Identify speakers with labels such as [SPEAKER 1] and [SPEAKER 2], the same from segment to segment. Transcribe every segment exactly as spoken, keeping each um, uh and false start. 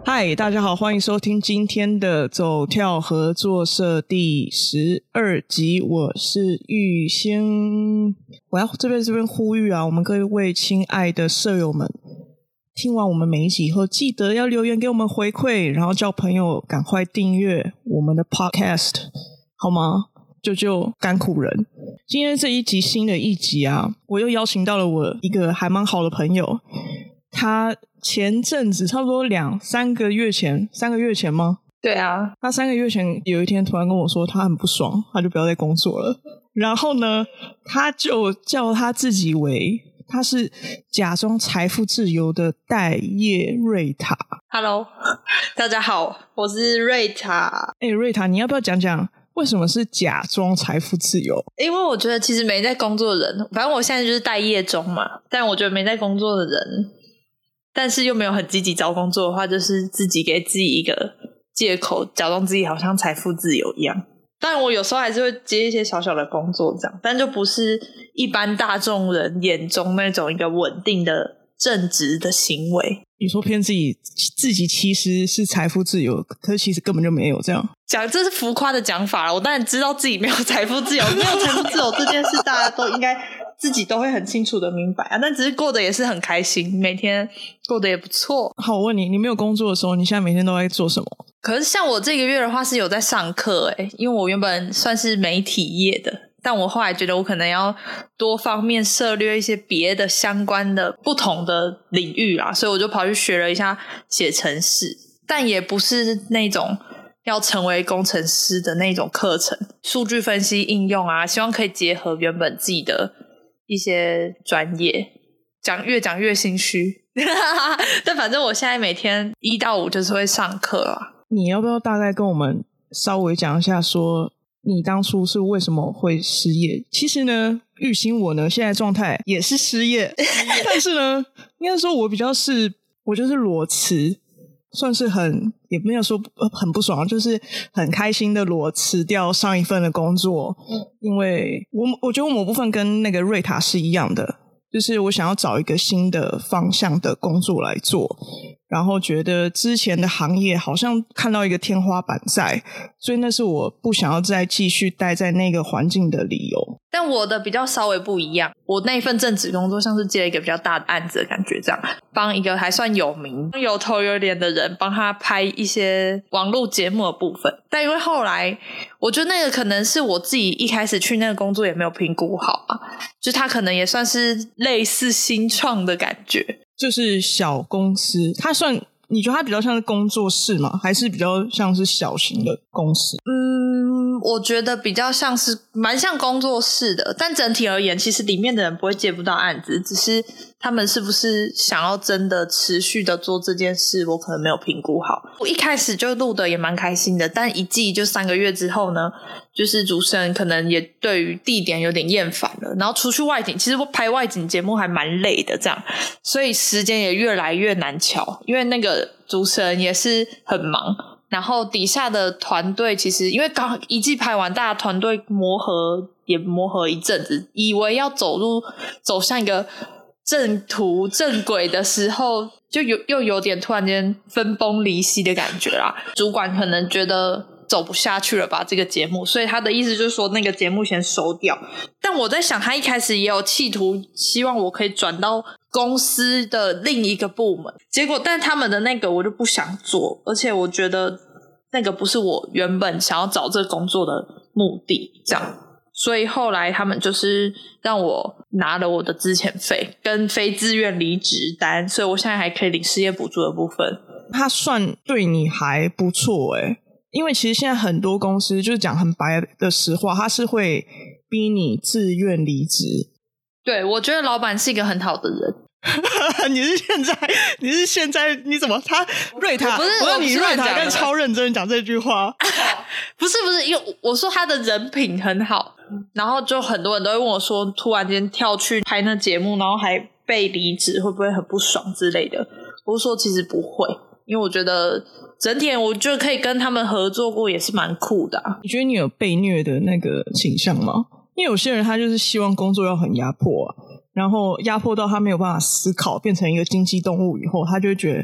[SPEAKER 1] 嗨，大家好，欢迎收听今天的走跳合作社第十二集，我是玉兴。我要这边这边呼吁啊，我们各位亲爱的舍友们，听完我们每一集以后，记得要留言给我们回馈，然后叫朋友赶快订阅我们的 podcast， 好吗？救救甘苦人。今天这一集新的一集啊，我又邀请到了我一个还蛮好的朋友，他前阵子差不多两三个月前三个月前吗？
[SPEAKER 2] 对啊，
[SPEAKER 1] 他三个月前有一天突然跟我说他很不爽，他就不要再工作了。然后呢，他就叫他自己为他是假装财富自由的待业瑞塔。
[SPEAKER 2] Hello 大家好，我是瑞塔。
[SPEAKER 1] 诶、欸、瑞塔，你要不要讲讲为什么是假装财富自由？
[SPEAKER 2] 因为我觉得其实没在工作的人，反正我现在就是待业中嘛，但我觉得没在工作的人但是又没有很积极找工作的话，就是自己给自己一个借口，假装自己好像财富自由一样。当然我有时候还是会接一些小小的工作这样，但就不是一般大众人眼中那种一个稳定的正直的行为。
[SPEAKER 1] 你说骗自己自己其实是财富自由，可是其实根本就没有这样
[SPEAKER 2] 讲，这是浮夸的讲法了。我当然知道自己没有财富自由，没有财富自由这件事大家都应该自己都会很清楚的明白啊，但只是过得也是很开心，每天过得也不错。
[SPEAKER 1] 好，我问你，你没有工作的时候，你现在每天都在做什么？
[SPEAKER 2] 可是像我这个月的话是有在上课诶，因为我原本算是媒体业的，但我后来觉得我可能要多方面涉猎一些别的相关的不同的领域啦，所以我就跑去学了一下写程式，但也不是那种要成为工程师的那种课程，数据分析应用啊，希望可以结合原本自己的一些专业，讲越讲越心虚但反正我现在每天一到五就是会上课啊。
[SPEAKER 1] 你要不要大概跟我们稍微讲一下说你当初是为什么会失业？其实呢，玉兴我呢现在状态也是失业但是呢应该说我比较是我就是裸辞，算是很也没有说很不爽，就是很开心的裸辞掉上一份的工作。嗯，因为我我觉得我某部分跟那个瑞塔是一样的，就是我想要找一个新的方向的工作来做，然后觉得之前的行业好像看到一个天花板在，所以那是我不想要再继续待在那个环境的理由。
[SPEAKER 2] 但我的比较稍微不一样，我那一份正职工作像是接了一个比较大的案子的感觉，这样帮一个还算有名有头有脸的人帮他拍一些网络节目的部分。但因为后来我觉得那个可能是我自己一开始去那个工作也没有评估好啊，就他可能也算是类似新创的感觉，
[SPEAKER 1] 就是小公司。它算你觉得它比较像是工作室吗？还是比较像是小型的公司？
[SPEAKER 2] 嗯，我觉得比较像是蛮像工作室的，但整体而言其实里面的人不会接不到案子，只是他们是不是想要真的持续的做这件事我可能没有评估好。我一开始就录的也蛮开心的，但一季就三个月之后呢，就是主持人可能也对于地点有点厌烦了，然后出去外景，其实我拍外景节目还蛮累的这样，所以时间也越来越难瞧，因为那个主持人也是很忙，然后底下的团队其实因为刚一季拍完，大家团队磨合也磨合一阵子，以为要走入走向一个正途正轨的时候，就有又有点突然间分崩离析的感觉啦。主管可能觉得走不下去了吧这个节目，所以他的意思就是说那个节目先收掉。但我在想他一开始也有企图希望我可以转到公司的另一个部门，结果但他们的那个我就不想做，而且我觉得那个不是我原本想要找这个工作的目的这样，所以后来他们就是让我拿了我的资遣费跟非自愿离职单，所以我现在还可以领失业补助的部分。
[SPEAKER 1] 他算对你还不错耶，因为其实现在很多公司就是讲很白的实话，他是会逼你自愿离职。
[SPEAKER 2] 对，我觉得老板是一个很好的人
[SPEAKER 1] 你是现在你是现在你怎么他瑞塔
[SPEAKER 2] 不是
[SPEAKER 1] 我说你瑞塔
[SPEAKER 2] 跟
[SPEAKER 1] 跟超认真讲这句话
[SPEAKER 2] 不是不是，因为我说他的人品很好，然后就很多人都会问我说突然间跳去拍那节目然后还被离职会不会很不爽之类的，我说其实不会，因为我觉得整体我觉得可以跟他们合作过也是蛮酷的啊。
[SPEAKER 1] 你觉得你有被虐的那个倾向吗？因为有些人他就是希望工作要很压迫啊，然后压迫到他没有办法思考，变成一个经济动物以后，他就会觉得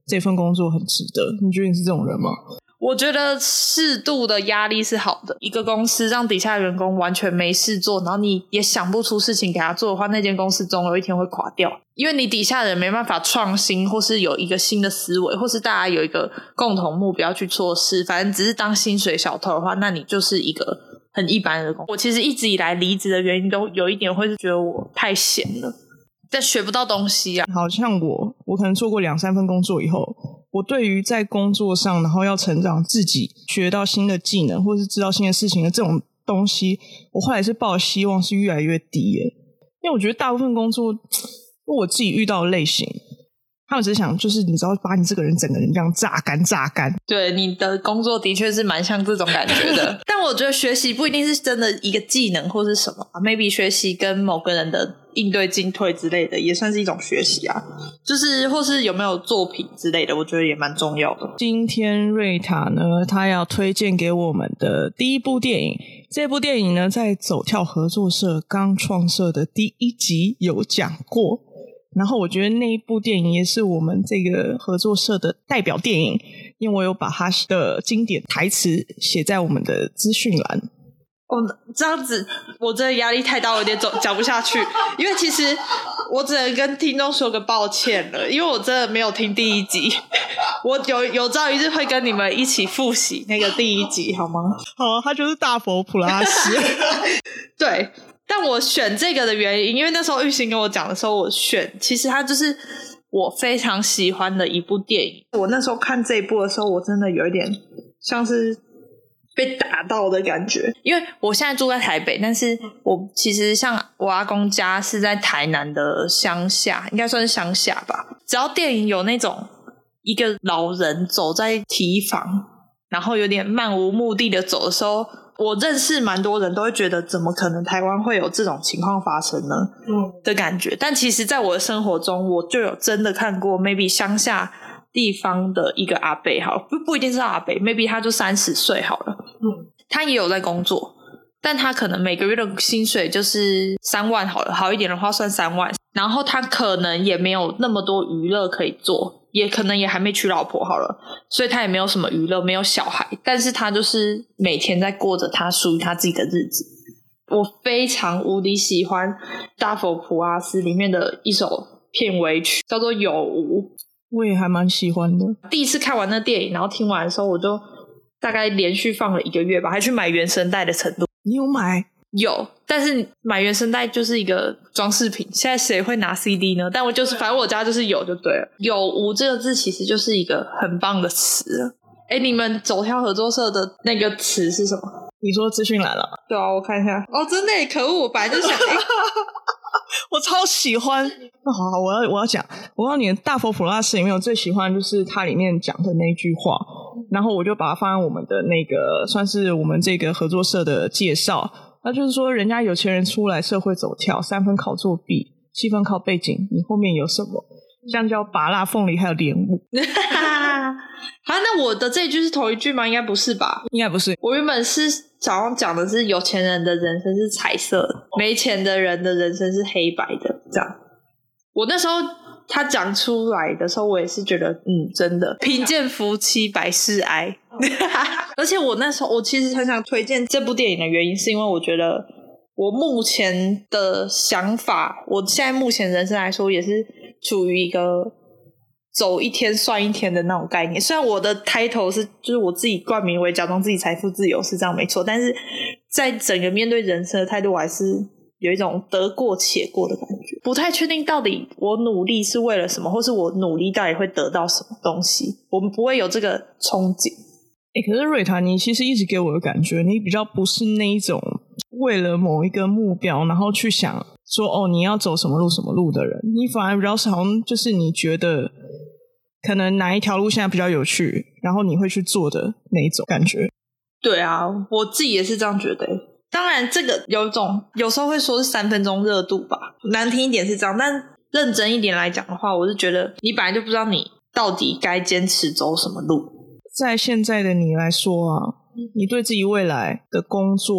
[SPEAKER 1] 这份工作很值得。你觉得你是这种人吗？
[SPEAKER 2] 我觉得适度的压力是好的。一个公司让底下员工完全没事做，然后你也想不出事情给他做的话，那间公司总有一天会垮掉。因为你底下人没办法创新，或是有一个新的思维，或是大家有一个共同目标去做事，反正只是当薪水小偷的话，那你就是一个很一般的工作。我其实一直以来离职的原因都有一点会是觉得我太闲了，但学不到东西啊。
[SPEAKER 1] 好像我我可能做过两三份工作以后，我对于在工作上然后要成长自己，学到新的技能或是知道新的事情的这种东西，我后来是抱希望是越来越低耶。因为我觉得大部分工作我自己遇到的类型，他们只是想就是你知道把你这个人整个人这样榨干榨干。
[SPEAKER 2] 对，你的工作的确是蛮像这种感觉的但我觉得学习不一定是真的一个技能或是什么 maybe 学习跟某个人的应对进退之类的也算是一种学习啊，就是或是有没有作品之类的，我觉得也蛮重要的。
[SPEAKER 1] 今天瑞塔呢，她要推荐给我们的第一部电影，这部电影呢在走跳合作社刚创设的第一集有讲过，然后我觉得那一部电影也是我们这个合作社的代表电影，因为我有把它的经典台词写在我们的资讯栏。
[SPEAKER 2] 哦，这样子我真的压力太大，我有点走讲不下去。因为其实我只能跟听众说个抱歉了，因为我真的没有听第一集。我有有朝一日会跟你们一起复习那个第一集，好吗？
[SPEAKER 1] 好啊，他就是大佛普拉斯。
[SPEAKER 2] 对，但我选这个的原因，因为那时候玉兴跟我讲的时候，我选其实它就是我非常喜欢的一部电影。我那时候看这一部的时候，我真的有一点像是被打到的感觉。因为我现在住在台北，但是我其实像我阿公家是在台南的乡下，应该算是乡下吧。只要电影有那种一个老人走在堤防，然后有点漫无目的的走的时候，我认识蛮多人都会觉得怎么可能台湾会有这种情况发生呢、嗯、的感觉。但其实在我的生活中，我就有真的看过 maybe 乡下地方的一个阿伯，好不不一定是阿伯 maybe 他就三十岁好了，嗯，他也有在工作，但他可能每个月的薪水就是三万好了，好一点的话算三万，然后他可能也没有那么多娱乐可以做，也可能也还没娶老婆好了，所以他也没有什么娱乐，没有小孩，但是他就是每天在过着他属于他自己的日子。我非常无敌喜欢大佛普拉斯里面的一首片尾曲，叫做有无，
[SPEAKER 1] 我也还蛮喜欢的。
[SPEAKER 2] 第一次看完那电影，然后听完的时候，我就大概连续放了一个月吧，还去买原声带的程度。
[SPEAKER 1] 你有买？
[SPEAKER 2] 有，但是买原声带就是一个装饰品，现在谁会拿 C D 呢？但我就是反正我家就是有就对了。有无这个字其实就是一个很棒的词了。诶，你们走跳合作社的那个词是什么？
[SPEAKER 1] 你说资讯栏了？
[SPEAKER 2] 对啊，我看一下。哦，真的耶，可恶，我本来就想
[SPEAKER 1] 我超喜欢。那好好，我要我要讲，我告诉你，大佛普拉斯里面我最喜欢就是它里面讲的那句话，然后我就把它放在我们的那个算是我们这个合作社的介绍。那就是说，人家有钱人出来社会走跳，三分靠作弊，七分靠背景，你后面有什么？香蕉、芭乐、凤梨还有莲雾。
[SPEAKER 2] 好，那我的这一句是同一句吗？应该不是吧？
[SPEAKER 1] 应该不是。
[SPEAKER 2] 我原本是早上讲的是有钱人的人生是彩色的，没钱的人的人生是黑白的，这样。我那时候他讲出来的时候，我也是觉得嗯，真的贫贱夫妻百事哀。而且我那时候我其实很想推荐这部电影的原因是因为我觉得我目前的想法，我现在目前人生来说也是处于一个走一天算一天的那种概念。虽然我的 title 是就是我自己冠名为假装自己财富自由是这样没错，但是在整个面对人生的态度我还是有一种得过且过的感觉，不太确定到底我努力是为了什么，或是我努力到底会得到什么东西，我们不会有这个憧憬。
[SPEAKER 1] 欸，可是瑞塔你其实一直给我的感觉你比较不是那一种为了某一个目标然后去想说哦你要走什么路什么路的人，你反而比较好像就是你觉得可能哪一条路现在比较有趣，然后你会去做的那一种感觉。
[SPEAKER 2] 对啊，我自己也是这样觉得。当然这个有一种有时候会说是三分钟热度吧，难听一点是这样，但认真一点来讲的话，我是觉得你本来就不知道你到底该坚持走什么路。
[SPEAKER 1] 在现在的你来说啊，你对自己未来的工作会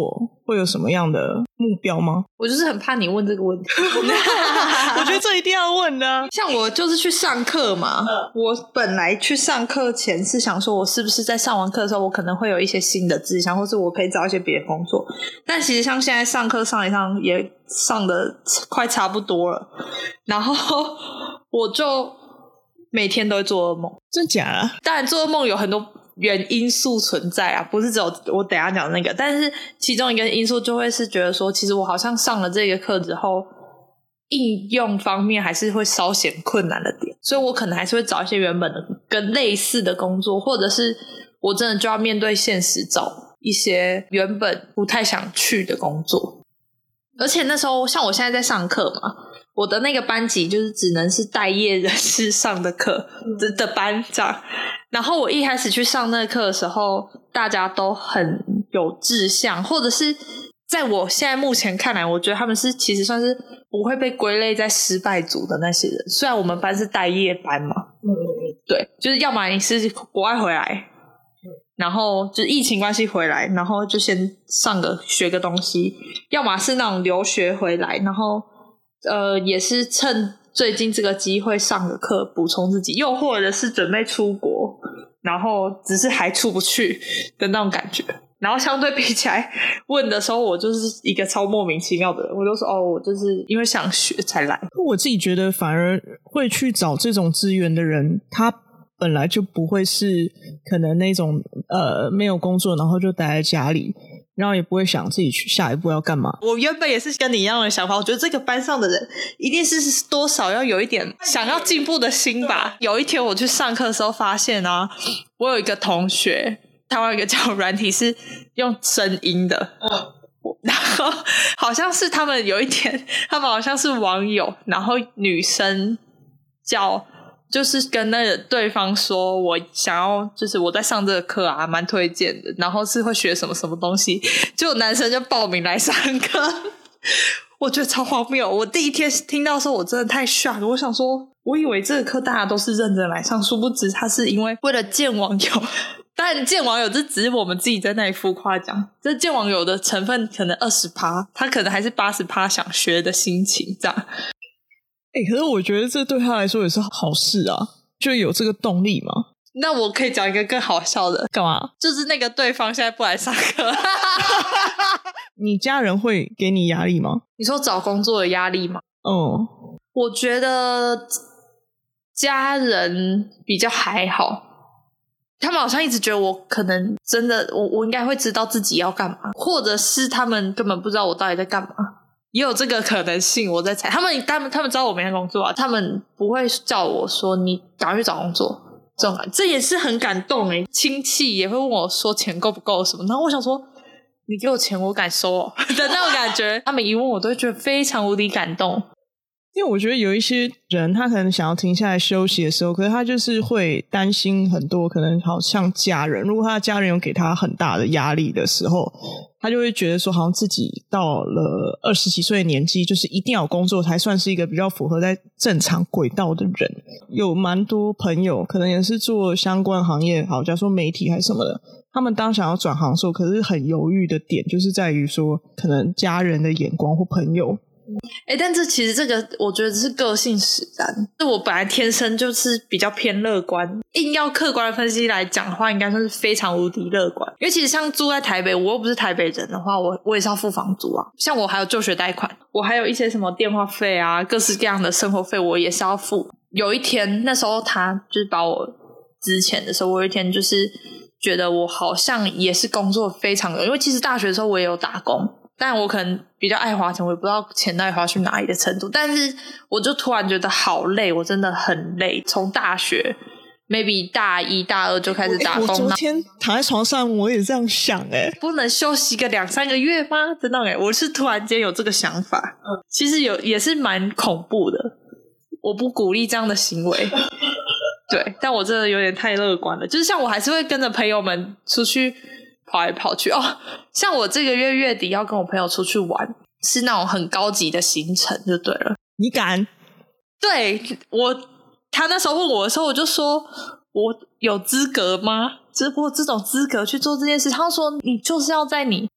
[SPEAKER 1] 会有什么样的目标吗？
[SPEAKER 2] 我就是很怕你问这个问题
[SPEAKER 1] 我觉得这一定要问的、啊、
[SPEAKER 2] 像我就是去上课嘛、嗯、我本来去上课前是想说我是不是在上完课的时候我可能会有一些新的志向，或是我可以找一些别的工作，但其实像现在上课上一上也上的快差不多了，然后我就每天都会做噩梦。
[SPEAKER 1] 真假啊？
[SPEAKER 2] 当然做噩梦有很多原因素存在啊，不是只有我等一下讲的那个，但是其中一个因素就会是觉得说其实我好像上了这个课之后应用方面还是会稍显困难的点，所以我可能还是会找一些原本的跟类似的工作，或者是我真的就要面对现实找一些原本不太想去的工作。而且那时候像我现在在上课嘛，我的那个班级就是只能是待业人士上的课的的班长，然后我一开始去上那个课的时候大家都很有志向，或者是在我现在目前看来我觉得他们是其实算是不会被归类在失败组的那些人，虽然我们班是待业班嘛，嗯，对，就是要么你是国外回来，然后就是疫情关系回来，然后就先上个学个东西，要么是那种留学回来，然后呃也是趁最近这个机会上个课补充自己，又或者是准备出国，然后只是还出不去的那种感觉。然后相对比起来问的时候我就是一个超莫名其妙的人，我就说哦我就是因为想学才来。
[SPEAKER 1] 我自己觉得反而会去找这种资源的人他本来就不会是可能那种呃没有工作然后就待在家里，然后也不会想自己去下一步要干嘛。
[SPEAKER 2] 我原本也是跟你一样的想法，我觉得这个班上的人一定是多少要有一点想要进步的心吧。有一天我去上课的时候发现啊，我有一个同学台湾有一个交友软体是用声音的，嗯，然后好像是他们有一天他们好像是网友，然后女生叫就是跟那个对方说我想要就是我在上这个课啊蛮推荐的，然后是会学什么什么东西，结果男生就报名来上课我觉得超荒谬。我第一天听到的时候我真的太 shock 了，我想说我以为这个课大家都是认真来上，殊不知他是因为为了见网友，当然见网友这只是我们自己在那里浮夸讲，这见网友的成分可能 百分之二十， 他可能还是 百分之八十 想学的心情这样。
[SPEAKER 1] 欸，可是我觉得这对他来说也是好事啊，就有这个动力嘛。
[SPEAKER 2] 那我可以讲一个更好笑的。
[SPEAKER 1] 干嘛？
[SPEAKER 2] 就是那个对方现在不来上课
[SPEAKER 1] 你家人会给你压力吗？
[SPEAKER 2] 你说找工作的压力吗？
[SPEAKER 1] 嗯，
[SPEAKER 2] 我觉得家人比较还好，他们好像一直觉得我可能真的我我应该会知道自己要干嘛，或者是他们根本不知道我到底在干嘛，也有这个可能性。我在猜他们他们他们知道我没在工作啊，他们不会叫我说你赶快去找工作这种感觉，这也是很感动诶。亲戚也会问我说钱够不够什么，然后我想说你给我钱我敢收哦的那种感觉他们一问我都会觉得非常无敌感动。
[SPEAKER 1] 因为我觉得有一些人他可能想要停下来休息的时候，可是他就是会担心很多，可能好像家人，如果他的家人有给他很大的压力的时候，他就会觉得说好像自己到了二十几岁的年纪就是一定要有工作才算是一个比较符合在正常轨道的人。有蛮多朋友可能也是做相关行业，好假如说媒体还是什么的，他们当想要转行的时候可是很犹豫的点就是在于说可能家人的眼光或朋友。
[SPEAKER 2] 欸，但这其实这个我觉得是个性使然，是我本来天生就是比较偏乐观，硬要客观的分析来讲的话应该算是非常无敌乐观。因为其实像住在台北，我又不是台北人的话，我我也是要付房租啊，像我还有就学贷款，我还有一些什么电话费啊各式各样的生活费我也是要付。有一天那时候他就是把我之前的时候，我有一天就是觉得我好像也是工作非常有，因为其实大学的时候我也有打工，但我可能比较爱花钱，我也不知道钱到底花去哪里的程度，但是我就突然觉得好累，我真的很累。从大学 maybe 大一大二就开始打工，
[SPEAKER 1] 我昨天躺在床上我也这样想欸，
[SPEAKER 2] 不能休息个两三个月吗？真的欸，我是突然间有这个想法，嗯，其实有也是蛮恐怖的，我不鼓励这样的行为对，但我真的有点太乐观了，就是像我还是会跟着朋友们出去跑来跑去哦。像我这个月月底要跟我朋友出去玩，是那种很高级的行程就对了。
[SPEAKER 1] 你敢？
[SPEAKER 2] 对，我他那时候问我的时候我就说我有资格吗？只不过这种资格去做这件事，他说你就是要在你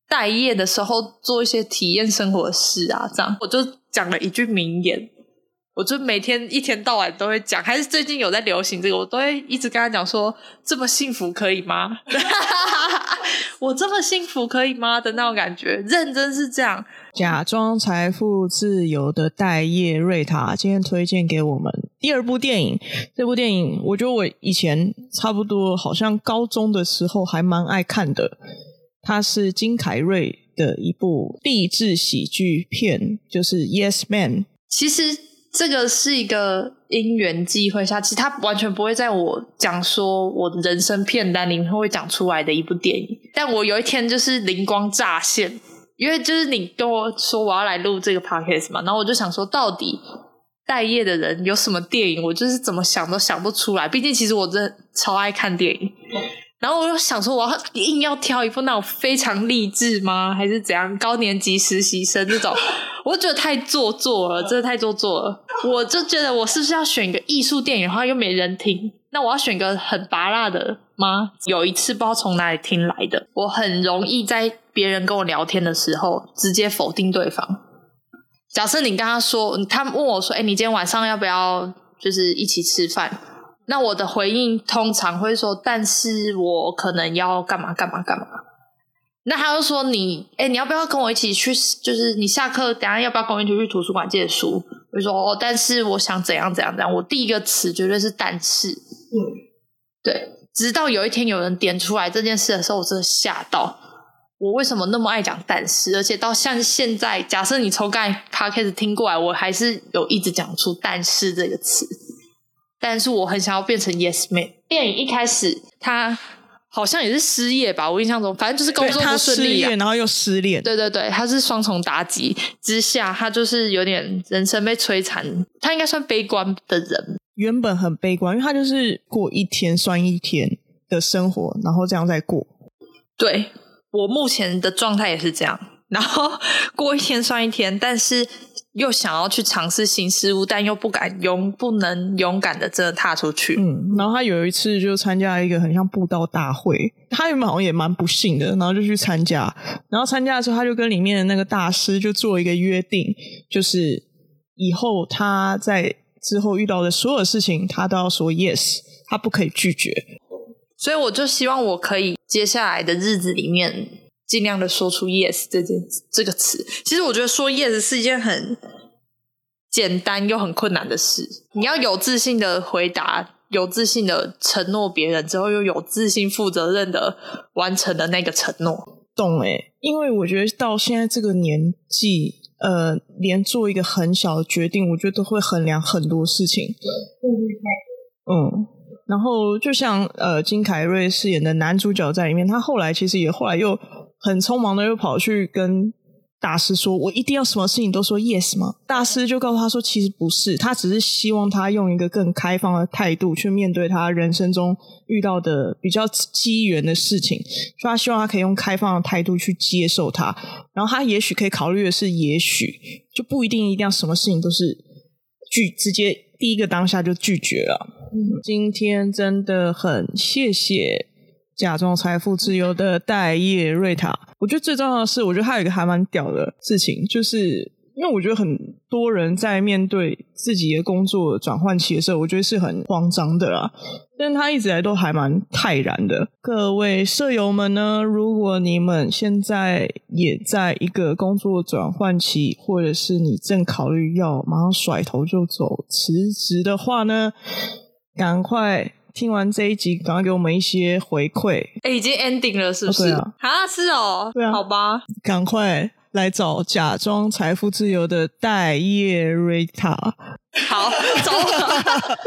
[SPEAKER 2] 待业的时候做一些体验生活的事啊，这样我就讲了一句名言，我就每天一天到晚都会讲，还是最近有在流行这个，我都会一直跟他讲说这么幸福可以吗我这么幸福可以吗的那种感觉，认真是这样。
[SPEAKER 1] 假装财富自由的待业瑞塔今天推荐给我们第二部电影，这部电影我觉得我以前差不多好像高中的时候还蛮爱看的，它是金凯瑞的一部励志喜剧片，就是 Yes Man。
[SPEAKER 2] 其实这个是一个因缘际会下，其实它完全不会在我讲说我的人生片单里面会讲出来的一部电影，但我有一天就是灵光乍现，因为就是你跟我说我要来录这个 podcast 嘛，然后我就想说到底待业的人有什么电影，我就是怎么想都想不出来，毕竟其实我真的超爱看电影，然后我就想说我要硬要挑一部那种非常励志吗还是怎样，高年级实习生这种我觉得太做作了，真的太做作了。我就觉得我是不是要选一个艺术电影的话又没人听，那我要选一个很拔辣的吗？有一次不知道从哪里听来的，我很容易在别人跟我聊天的时候直接否定对方。假设你跟他说，他问我说，诶，你今天晚上要不要就是一起吃饭，那我的回应通常会说，但是我可能要干嘛干嘛干嘛。那他就说你诶你要不要跟我一起去，就是你下课等一下要不要跟我一起去图书馆借书，我就说哦，但是我想怎样怎样怎样。我第一个词绝对是但是。嗯，对，直到有一天有人点出来这件事的时候，我真的吓到，我为什么那么爱讲但是，而且到像现在假设你从刚才 podcast 听过来，我还是有一直讲出但是这个词，但是我很想要变成 yes man。 电影一开始他好像也是失业吧，我印象中反正就是工作不顺利、啊、
[SPEAKER 1] 他失业然后又失恋，
[SPEAKER 2] 对对对，他是双重打击之下，他就是有点人生被摧残，他应该算悲观的人，
[SPEAKER 1] 原本很悲观，因为他就是过一天算一天的生活，然后这样再过。
[SPEAKER 2] 对，我目前的状态也是这样，然后过一天算一天，但是又想要去尝试新事物，但又不敢勇不能勇敢的真的踏出去。
[SPEAKER 1] 嗯，然后他有一次就参加一个很像布道大会，他原本好像也蛮不幸的，然后就去参加，然后参加的时候他就跟里面的那个大师就做一个约定，就是以后他在之后遇到的所有事情他都要说 yes， 他不可以拒绝。
[SPEAKER 2] 所以我就希望我可以接下来的日子里面尽量的说出 yes 这件这个词。其实我觉得说 yes 是一件很简单又很困难的事，你要有自信的回答，有自信的承诺别人之后，又有自信负责任的完成了那个承诺。
[SPEAKER 1] 懂耶，因为我觉得到现在这个年纪呃，连做一个很小的决定我觉得都会衡量很多事情。嗯，然后就像呃金凯瑞饰演的男主角在里面，他后来其实也后来又很匆忙的又跑去跟大师说我一定要什么事情都说 yes 吗？大师就告诉他说其实不是，他只是希望他用一个更开放的态度去面对他人生中遇到的比较机缘的事情，所以他希望他可以用开放的态度去接受它，然后他也许可以考虑的是也许就不一定一定要什么事情都是拒直接第一个当下就拒绝了。嗯，今天真的很谢谢假装财富自由的待业瑞塔。我觉得最重要的是，我觉得还有一个还蛮屌的事情，就是因为我觉得很多人在面对自己的工作转换期的时候，我觉得是很慌张的啦，但是他一直来都还蛮泰然的。各位舍友们呢，如果你们现在也在一个工作转换期，或者是你正考虑要马上甩头就走辞职的话呢，赶快听完这一集赶快给我们一些回馈。
[SPEAKER 2] 诶已经 ending 了是不是？
[SPEAKER 1] 哦对啊，
[SPEAKER 2] 啊是哦，对啊，好吧，
[SPEAKER 1] 赶快来找假装财富自由的待业瑞塔。
[SPEAKER 2] 好，找我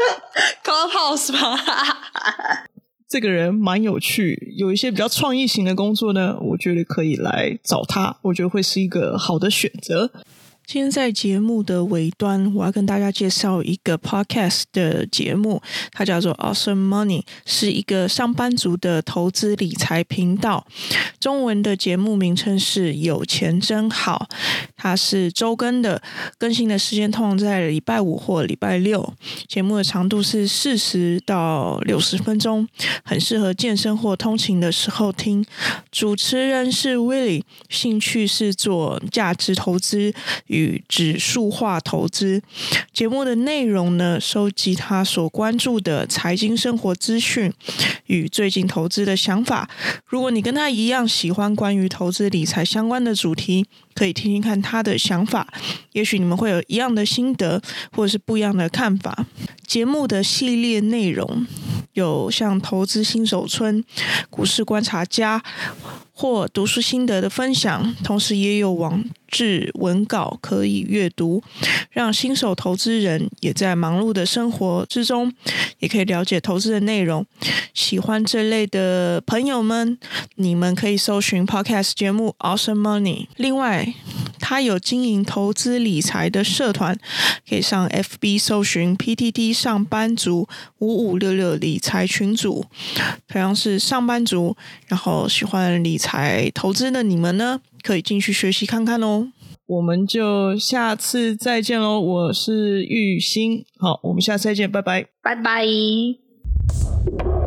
[SPEAKER 2] Clubhouse 吗？
[SPEAKER 1] 这个人蛮有趣，有一些比较创意型的工作呢，我觉得可以来找他，我觉得会是一个好的选择。 今天在节目的尾端，我要跟大家介绍一个 podcast 的节目，它叫做 Awesome Money， 是一个上班族的投资理财频道。中文的节目名称是有钱真好，它是周更的，更新的时间通常在礼拜五或礼拜六，节目的长度是四十到六十分钟，很适合健身或通勤的时候听。主持人是 Willie， 兴趣是做价值投资与指数化投资。节目的内容呢，收集他所关注的财经生活资讯与最近投资的想法。如果你跟他一样喜欢关于投资理财相关的主题，可以听听看他的想法，也许你们会有一样的心得或者是不一样的看法。节目的系列内容有像投资新手村、股市观察家或读书心得的分享，同时也有网志文稿可以阅读，让新手投资人也在忙碌的生活之中也可以了解投资的内容。喜欢这类的朋友们，你们可以搜寻 podcast 节目 Awesome Money。 另外他有经营投资理财的社团，可以上 F B 搜寻 P T T 上班族五五六六理财群组。同样是上班族，然后喜欢理财投资的你们呢，可以进去学习看看哦。我们就下次再见咯，我是玉兴，好，我们下次再见，拜拜，
[SPEAKER 2] 拜拜。